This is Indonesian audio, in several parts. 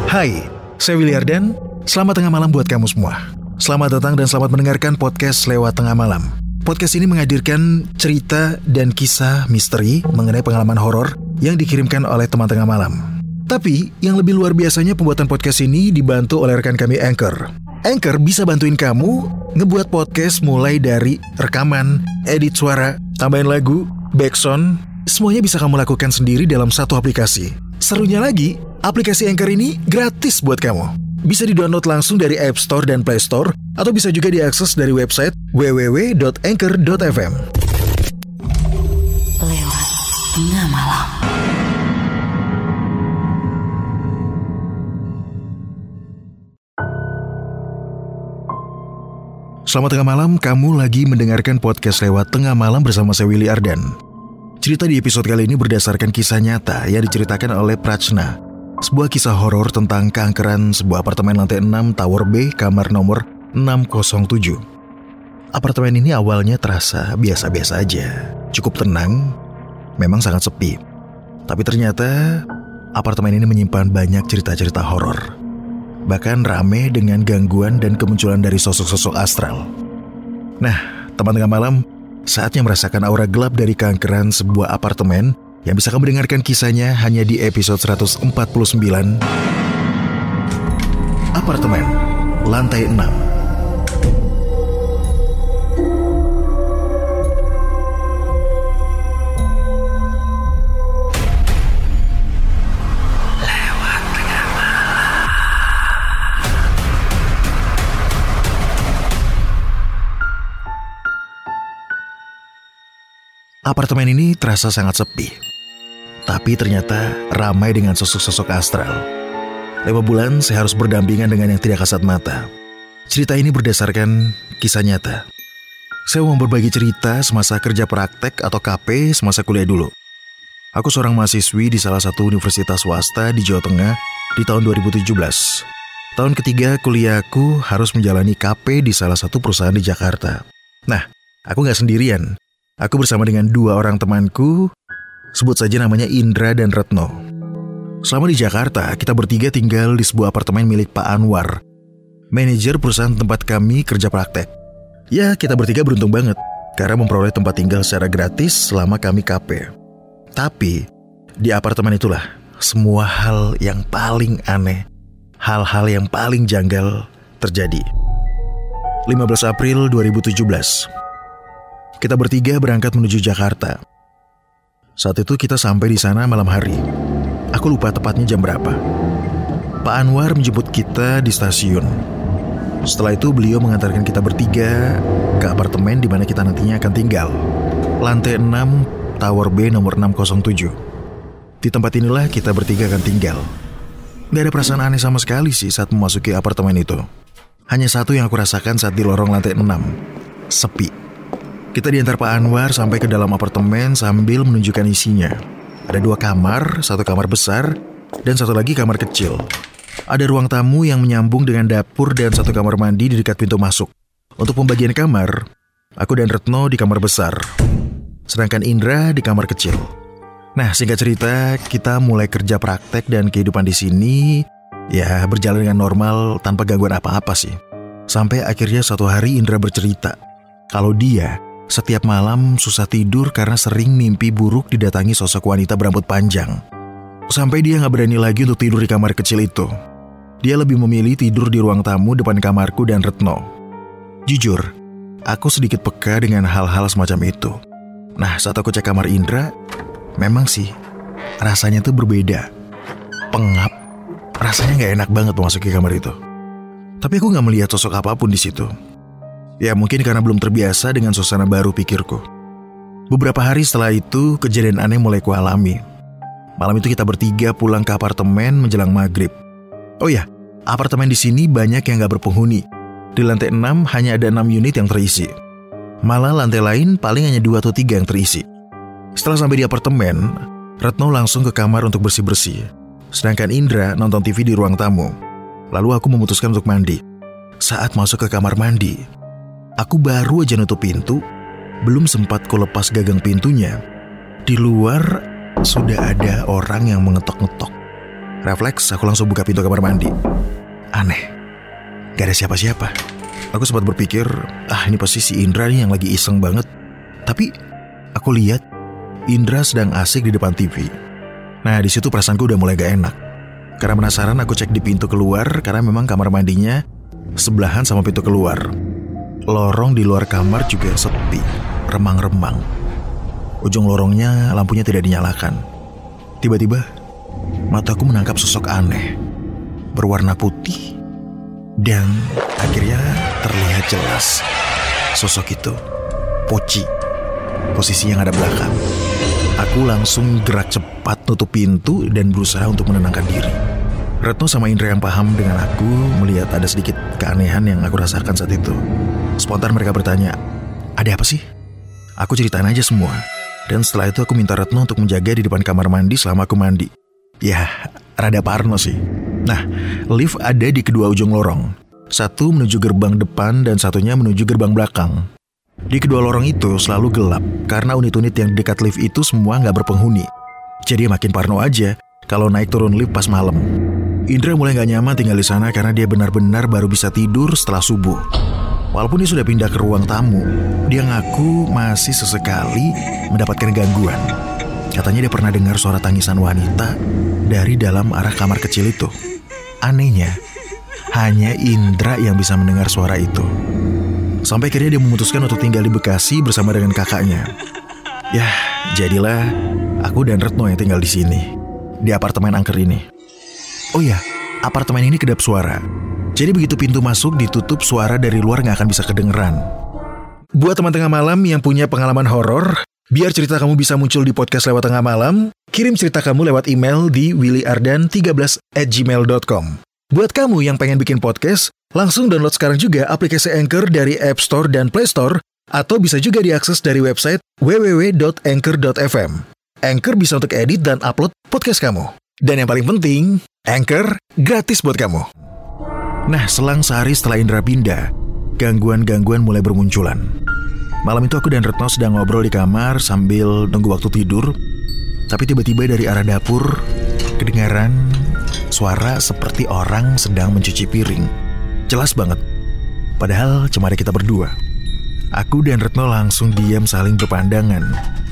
Hai, saya Willy Ardan. Selamat tengah malam buat kamu semua. Selamat datang dan selamat mendengarkan podcast Lewat Tengah Malam. Podcast ini menghadirkan cerita dan kisah misteri mengenai pengalaman horor yang dikirimkan oleh teman tengah malam. Tapi, yang lebih luar biasanya pembuatan podcast ini dibantu oleh rekan kami Anchor. Anchor bisa bantuin kamu ngebuat podcast mulai dari rekaman, edit suara, tambahin lagu, backsound, semuanya bisa kamu lakukan sendiri dalam satu aplikasi. Serunya lagi, aplikasi Anchor ini gratis buat kamu. Bisa di-download langsung dari App Store dan Play Store, atau bisa juga diakses dari website www.anchor.fm. Lewat Tengah Malam. Selamat tengah malam, kamu lagi mendengarkan podcast Lewat Tengah Malam bersama saya Willy Ardan. Cerita di episode kali ini berdasarkan kisah nyata yang diceritakan oleh Prachna. Sebuah kisah horor tentang keangkeran sebuah apartemen lantai 6 Tower B, kamar nomor 607. Apartemen ini awalnya terasa biasa-biasa aja, cukup tenang, memang sangat sepi. Tapi ternyata apartemen ini menyimpan banyak cerita-cerita horor. Bahkan rame dengan gangguan dan kemunculan dari sosok-sosok astral. Nah, teman tengah malam, saatnya merasakan aura gelap dari keangkeran sebuah apartemen yang bisa kamu dengarkan kisahnya hanya di episode 149 Apartemen Lantai 6. Apartemen ini terasa sangat sepi, tapi ternyata ramai dengan sosok-sosok astral. 5 bulan saya harus berdampingan dengan yang tidak kasat mata. Cerita ini berdasarkan kisah nyata. Saya mau berbagi cerita semasa kerja praktek atau KP semasa kuliah dulu. Aku seorang mahasiswi di salah satu universitas swasta di Jawa Tengah di tahun 2017. Tahun ketiga kuliahku harus menjalani KP di salah satu perusahaan di Jakarta. Nah, aku gak sendirian. Aku bersama dengan 2 orang temanku, sebut saja namanya Indra dan Retno. Selama di Jakarta, kita bertiga tinggal di sebuah apartemen milik Pak Anwar, manajer perusahaan tempat kami kerja praktek. Ya, kita bertiga beruntung banget, karena memperoleh tempat tinggal secara gratis selama kami KP. Tapi, di apartemen itulah, semua hal yang paling aneh, hal-hal yang paling janggal terjadi. 15 April 2017. Kita bertiga berangkat menuju Jakarta. Saat itu kita sampai di sana malam hari. Aku lupa tepatnya jam berapa. Pak Anwar menjemput kita di stasiun. Setelah itu beliau mengantarkan kita bertiga ke apartemen di mana kita nantinya akan tinggal. Lantai 6, Tower B nomor 607. Di tempat inilah kita bertiga akan tinggal. Gak ada perasaan aneh sama sekali sih saat memasuki apartemen itu. Hanya satu yang aku rasakan saat di lorong lantai 6. Sepi. Kita diantar Pak Anwar sampai ke dalam apartemen sambil menunjukkan isinya. Ada 2 kamar, 1 kamar besar, dan 1 lagi kamar kecil. Ada ruang tamu yang menyambung dengan dapur dan 1 kamar mandi di dekat pintu masuk. Untuk pembagian kamar, aku dan Retno di kamar besar, sedangkan Indra di kamar kecil. Nah, singkat cerita, kita mulai kerja praktek dan kehidupan di sini ya berjalan dengan normal tanpa gangguan apa-apa sih. Sampai akhirnya suatu hari Indra bercerita kalau dia setiap malam susah tidur karena sering mimpi buruk didatangi sosok wanita berambut panjang. Sampai dia gak berani lagi untuk tidur di kamar kecil itu. Dia lebih memilih tidur di ruang tamu depan kamarku dan Retno. Jujur, aku sedikit peka dengan hal-hal semacam itu. Nah, saat aku cek kamar Indra, memang sih rasanya tuh berbeda. Pengap. Rasanya gak enak banget memasuki kamar itu. Tapi aku gak melihat sosok apapun di situ. Ya mungkin karena belum terbiasa dengan suasana baru, pikirku. Beberapa hari setelah itu, kejadian aneh mulai kualami. Malam itu kita bertiga pulang ke apartemen menjelang maghrib. Oh ya, apartemen di sini banyak yang gak berpenghuni. Di lantai 6 hanya ada 6 unit yang terisi. Malah lantai lain paling hanya 2 atau 3 yang terisi. Setelah sampai di apartemen, Retno langsung ke kamar untuk bersih-bersih. Sedangkan Indra nonton TV di ruang tamu. Lalu aku memutuskan untuk mandi. Saat masuk ke kamar mandi, aku baru aja nutup pintu, belum sempat ku lepas gagang pintunya. Di luar sudah ada orang yang mengetok-ngetok. Refleks, aku langsung buka pintu kamar mandi. Aneh, gak ada siapa-siapa. Aku sempat berpikir, ini pasti si Indra nih yang lagi iseng banget. Tapi aku lihat Indra sedang asik di depan TV. Nah, di situ perasaanku udah mulai gak enak. Karena penasaran, aku cek di pintu keluar karena memang kamar mandinya sebelahan sama pintu keluar. Lorong di luar kamar juga sepi, remang-remang. Ujung lorongnya lampunya tidak dinyalakan. Tiba-tiba mataku menangkap sosok aneh berwarna putih. Dan akhirnya terlihat jelas sosok itu Poci, posisinya ngadap belakang. Aku langsung gerak cepat nutup pintu dan berusaha untuk menenangkan diri. Retno sama Indra yang paham dengan aku melihat ada sedikit keanehan yang aku rasakan saat itu. Spontan mereka bertanya, ada apa sih? Aku ceritain aja semua. Dan setelah itu aku minta Retno untuk menjaga di depan kamar mandi selama aku mandi. Ya, rada parno sih. Nah, lift ada di kedua ujung lorong. Satu menuju gerbang depan dan satunya menuju gerbang belakang. Di kedua lorong itu selalu gelap karena unit-unit yang dekat lift itu semua nggak berpenghuni. Jadi makin parno aja kalau naik turun lift pas malam. Indra mulai nggak nyaman tinggal di sana karena dia benar-benar baru bisa tidur setelah subuh. Walaupun dia sudah pindah ke ruang tamu, dia ngaku masih sesekali mendapatkan gangguan. Katanya dia pernah dengar suara tangisan wanita dari dalam arah kamar kecil itu. Anehnya, hanya Indra yang bisa mendengar suara itu. Sampai akhirnya dia memutuskan untuk tinggal di Bekasi bersama dengan kakaknya. Ya, jadilah aku dan Retno yang tinggal di sini, di apartemen angker ini. Oh ya, apartemen ini kedap suara. Jadi begitu pintu masuk ditutup, suara dari luar gak akan bisa kedengeran. Buat teman tengah malam yang punya pengalaman horor, biar cerita kamu bisa muncul di podcast lewat tengah malam, kirim cerita kamu lewat email di willyardan13@gmail.com. Buat kamu yang pengen bikin podcast, langsung download sekarang juga aplikasi Anchor dari App Store dan Play Store, atau bisa juga diakses dari website www.anchor.fm. Anchor bisa untuk edit dan upload podcast kamu. Dan yang paling penting, Anchor gratis buat kamu. Nah, selang sehari setelah Indra pindah, gangguan-gangguan mulai bermunculan. Malam itu aku dan Retno sedang ngobrol di kamar sambil nunggu waktu tidur. Tapi tiba-tiba dari arah dapur kedengaran suara seperti orang sedang mencuci piring. Jelas banget. Padahal cuma ada kita berdua. Aku dan Retno langsung diam saling berpandangan.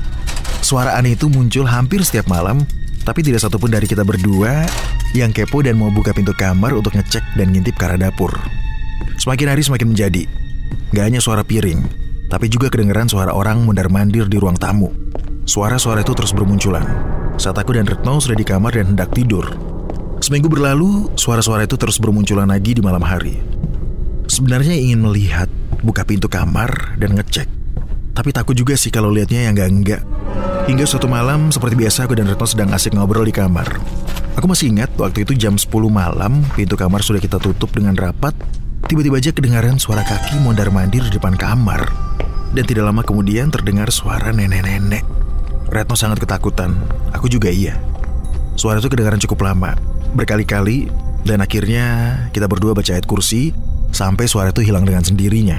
Suara aneh itu muncul hampir setiap malam, tapi tidak satupun dari kita berdua yang kepo dan mau buka pintu kamar untuk ngecek dan ngintip ke arah dapur. Semakin hari semakin menjadi. Gak hanya suara piring, tapi juga kedengeran suara orang mondar-mandir di ruang tamu. Suara-suara itu terus bermunculan saat aku dan Retno sudah di kamar dan hendak tidur. Seminggu berlalu, suara-suara itu terus bermunculan lagi di malam hari. Sebenarnya ingin melihat, buka pintu kamar dan ngecek. Tapi takut juga sih kalau lihatnya yang enggak. Hingga suatu malam, seperti biasa aku dan Retno sedang asik ngobrol di kamar. Aku masih ingat waktu itu jam 10 malam, pintu kamar sudah kita tutup dengan rapat. Tiba-tiba aja kedengaran suara kaki mondar-mandir di depan kamar. Dan tidak lama kemudian terdengar suara nenek-nenek. Retno sangat ketakutan, aku juga iya. Suara itu kedengaran cukup lama, berkali-kali, dan akhirnya kita berdua baca ayat kursi sampai suara itu hilang dengan sendirinya.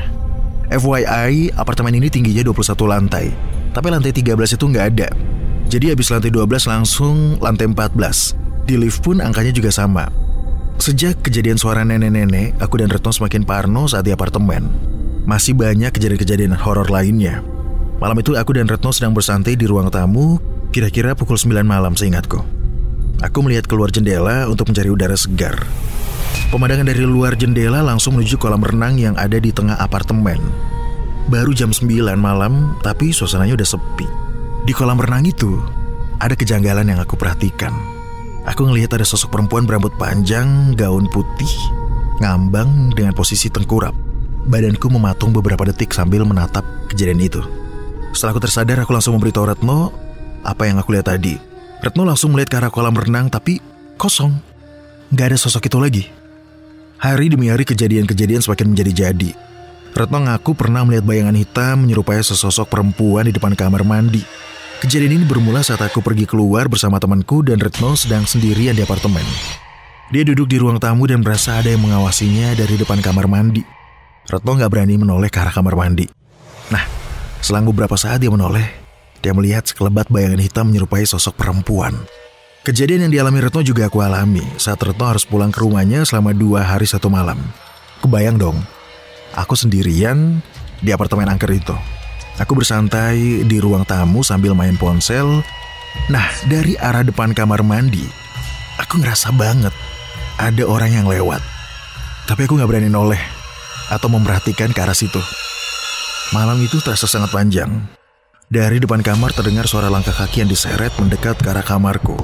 FYI, apartemen ini tingginya 21 lantai, tapi lantai 13 itu nggak ada. Jadi habis lantai 12 langsung lantai 14. Di lift pun angkanya juga sama. Sejak kejadian suara nenek-nenek, aku dan Retno semakin parno saat di apartemen. Masih banyak kejadian-kejadian horor lainnya. Malam itu aku dan Retno sedang bersantai di ruang tamu, kira-kira pukul 9 malam seingatku. Aku melihat keluar jendela untuk mencari udara segar. Pemandangan dari luar jendela langsung menuju kolam renang yang ada di tengah apartemen. Baru jam 9 malam, tapi suasananya udah sepi. Di kolam renang itu, ada kejanggalan yang aku perhatikan. Aku ngelihat ada sosok perempuan berambut panjang, gaun putih, ngambang dengan posisi tengkurap. Badanku mematung beberapa detik sambil menatap kejadian itu. Setelah aku tersadar, aku langsung memberitahu Retno apa yang aku lihat tadi. Retno langsung melihat ke arah kolam renang, tapi kosong. Gak ada sosok itu lagi. Hari demi hari kejadian-kejadian semakin menjadi-jadi. Retno ngaku pernah melihat bayangan hitam menyerupai sesosok perempuan di depan kamar mandi. Kejadian ini bermula saat aku pergi keluar bersama temanku dan Retno sedang sendirian di apartemen. Dia duduk di ruang tamu dan merasa ada yang mengawasinya dari depan kamar mandi. Retno gak berani menoleh ke arah kamar mandi. Nah, selang beberapa saat dia menoleh. Dia melihat sekelebat bayangan hitam menyerupai sosok perempuan. Kejadian yang dialami Retno juga aku alami saat Retno harus pulang ke rumahnya selama 2 hari 1 malam. Kebayang dong, aku sendirian di apartemen angker itu. Aku bersantai di ruang tamu sambil main ponsel. Nah, dari arah depan kamar mandi, aku ngerasa banget ada orang yang lewat. Tapi aku gak berani noleh atau memperhatikan ke arah situ. Malam itu terasa sangat panjang. Dari depan kamar terdengar suara langkah kaki yang diseret mendekat ke arah kamarku.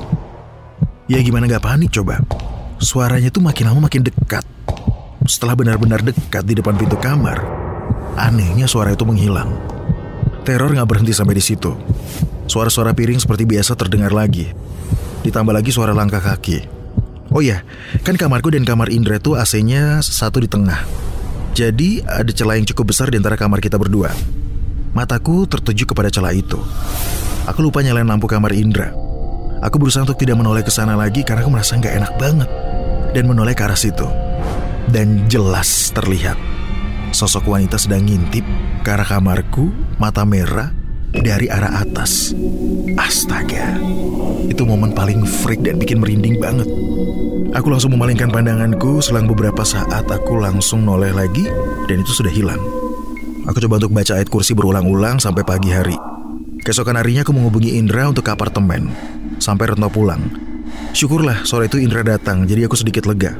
Ya gimana gak panik coba. Suaranya tuh makin lama makin dekat. Setelah benar-benar dekat di depan pintu kamar, anehnya suara itu menghilang. Teror gak berhenti sampai di situ. Suara-suara piring seperti biasa terdengar lagi. Ditambah lagi suara langkah kaki. Oh iya, kan kamarku dan kamar Indra tuh AC-nya satu di tengah. Jadi ada celah yang cukup besar di antara kamar kita berdua. Mataku tertuju kepada celah itu. Aku lupa nyalain lampu kamar Indra. Aku berusaha untuk tidak menoleh ke sana lagi karena aku merasa gak enak banget. Dan menoleh ke arah situ. Dan jelas terlihat sosok wanita sedang ngintip ke arah kamarku, mata merah dari arah atas. Astaga, itu momen paling freak dan bikin merinding banget. Aku langsung memalingkan pandanganku. Selang beberapa saat aku langsung noleh lagi dan itu sudah hilang. Aku coba untuk baca ayat kursi berulang-ulang sampai pagi hari. Keesokan harinya aku menghubungi Indra untuk ke apartemen sampai Retno pulang. Syukurlah sore itu Indra datang, jadi aku sedikit lega.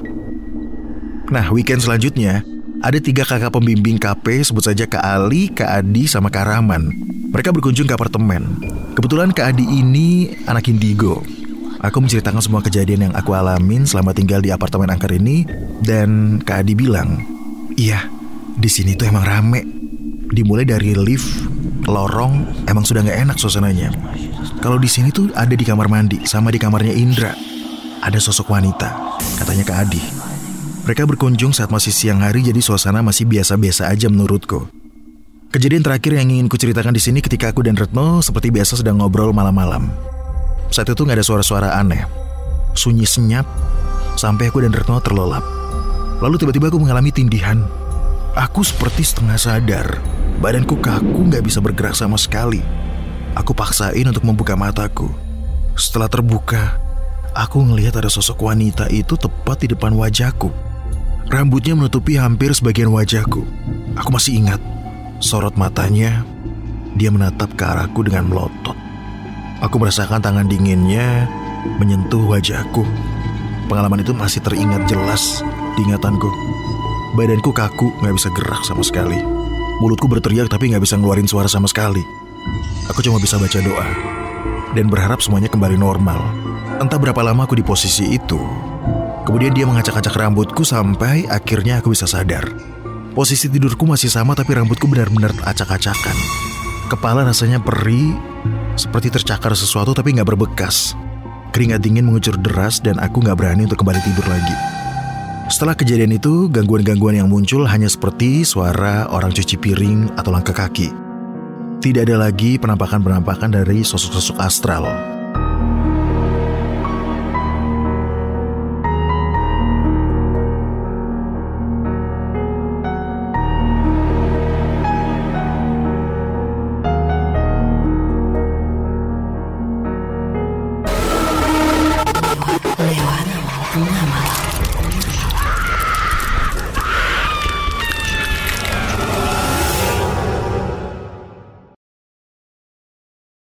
Nah, weekend selanjutnya ada 3 kakak pembimbing KP, sebut saja Kak Ali, Kak Adi, sama Kak Rahman. Mereka berkunjung ke apartemen. Kebetulan Kak Adi ini anak indigo. Aku menceritakan semua kejadian yang aku alamin selama tinggal di apartemen angker ini. Dan Kak Adi bilang, iya, di sini tuh emang rame. Dimulai dari lift, lorong, emang sudah gak enak suasananya. Kalau di sini tuh ada di kamar mandi, sama di kamarnya Indra. Ada sosok wanita, katanya Kak Adi. Mereka berkunjung saat masih siang hari, jadi suasana masih biasa-biasa aja menurutku. Kejadian terakhir yang ingin kuceritakan di sini ketika aku dan Retno seperti biasa sedang ngobrol malam-malam. Saat itu gak ada suara-suara aneh. Sunyi senyap, sampai aku dan Retno terlelap. Lalu tiba-tiba aku mengalami tindihan. Aku seperti setengah sadar. Badanku kaku, gak bisa bergerak sama sekali. Aku paksain untuk membuka mataku. Setelah terbuka, aku ngelihat ada sosok wanita itu tepat di depan wajahku. Rambutnya menutupi hampir sebagian wajahku. Aku masih ingat, sorot matanya, dia menatap ke arahku dengan melotot. Aku merasakan tangan dinginnya menyentuh wajahku. Pengalaman itu masih teringat jelas di ingatanku. Badanku kaku, gak bisa gerak sama sekali. Mulutku berteriak tapi gak bisa ngeluarin suara sama sekali. Aku cuma bisa baca doa dan berharap semuanya kembali normal. Entah berapa lama aku di posisi itu. Kemudian dia mengacak-acak rambutku sampai akhirnya aku bisa sadar. Posisi tidurku masih sama tapi rambutku benar-benar acak-acakan. Kepala rasanya perih, seperti tercakar sesuatu tapi gak berbekas. Keringat dingin mengucur deras dan aku gak berani untuk kembali tidur lagi. Setelah kejadian itu, gangguan-gangguan yang muncul hanya seperti suara orang cuci piring atau langkah kaki. Tidak ada lagi penampakan-penampakan dari sosok-sosok astral.